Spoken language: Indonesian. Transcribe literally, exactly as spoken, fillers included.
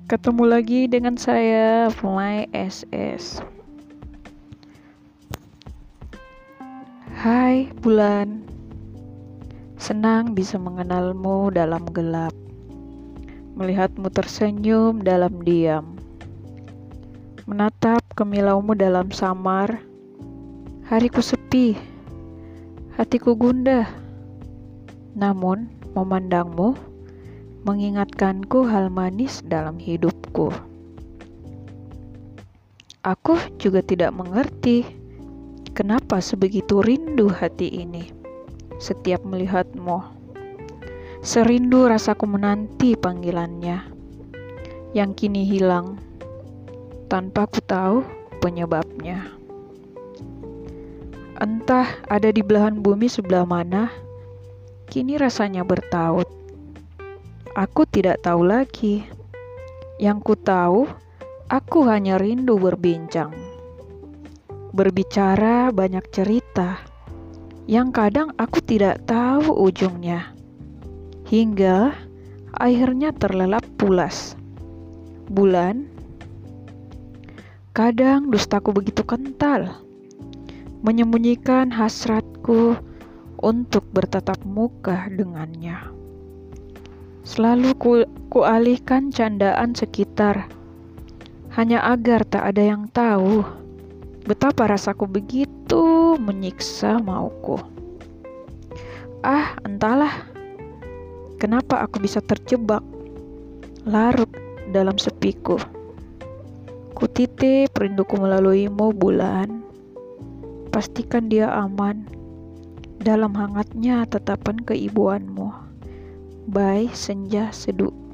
Ketemu lagi dengan saya, Fly S S. Hai bulan, senang bisa mengenalmu dalam gelap, melihatmu tersenyum dalam diam, menatap kemilaumu dalam samar. Hariku sepi, hatiku gundah, namun memandangmu mengingatkanku hal manis dalam hidupku. Aku juga tidak mengerti kenapa sebegitu rindu hati ini setiap melihatmu. Serindu rasaku menanti panggilannya yang kini hilang tanpa ku tahu penyebabnya. Entah ada di belahan bumi sebelah mana, kini rasanya bertaut. Aku tidak tahu lagi. Yang ku tahu, aku hanya rindu berbincang. Berbicara banyak cerita yang kadang aku tidak tahu ujungnya. Hingga akhirnya terlelap pulas. Bulan, kadang dustaku begitu kental, menyembunyikan hasratku untuk bertatap muka dengannya. Selalu ku, kualihkan candaan sekitar, hanya agar tak ada yang tahu betapa rasaku begitu menyiksa mauku. Ah, entahlah, kenapa aku bisa terjebak, larut dalam sepiku. Ku titip rinduku melaluimu bulan, pastikan dia aman dalam hangatnya tatapan keibuanmu. Bye, senja seduh.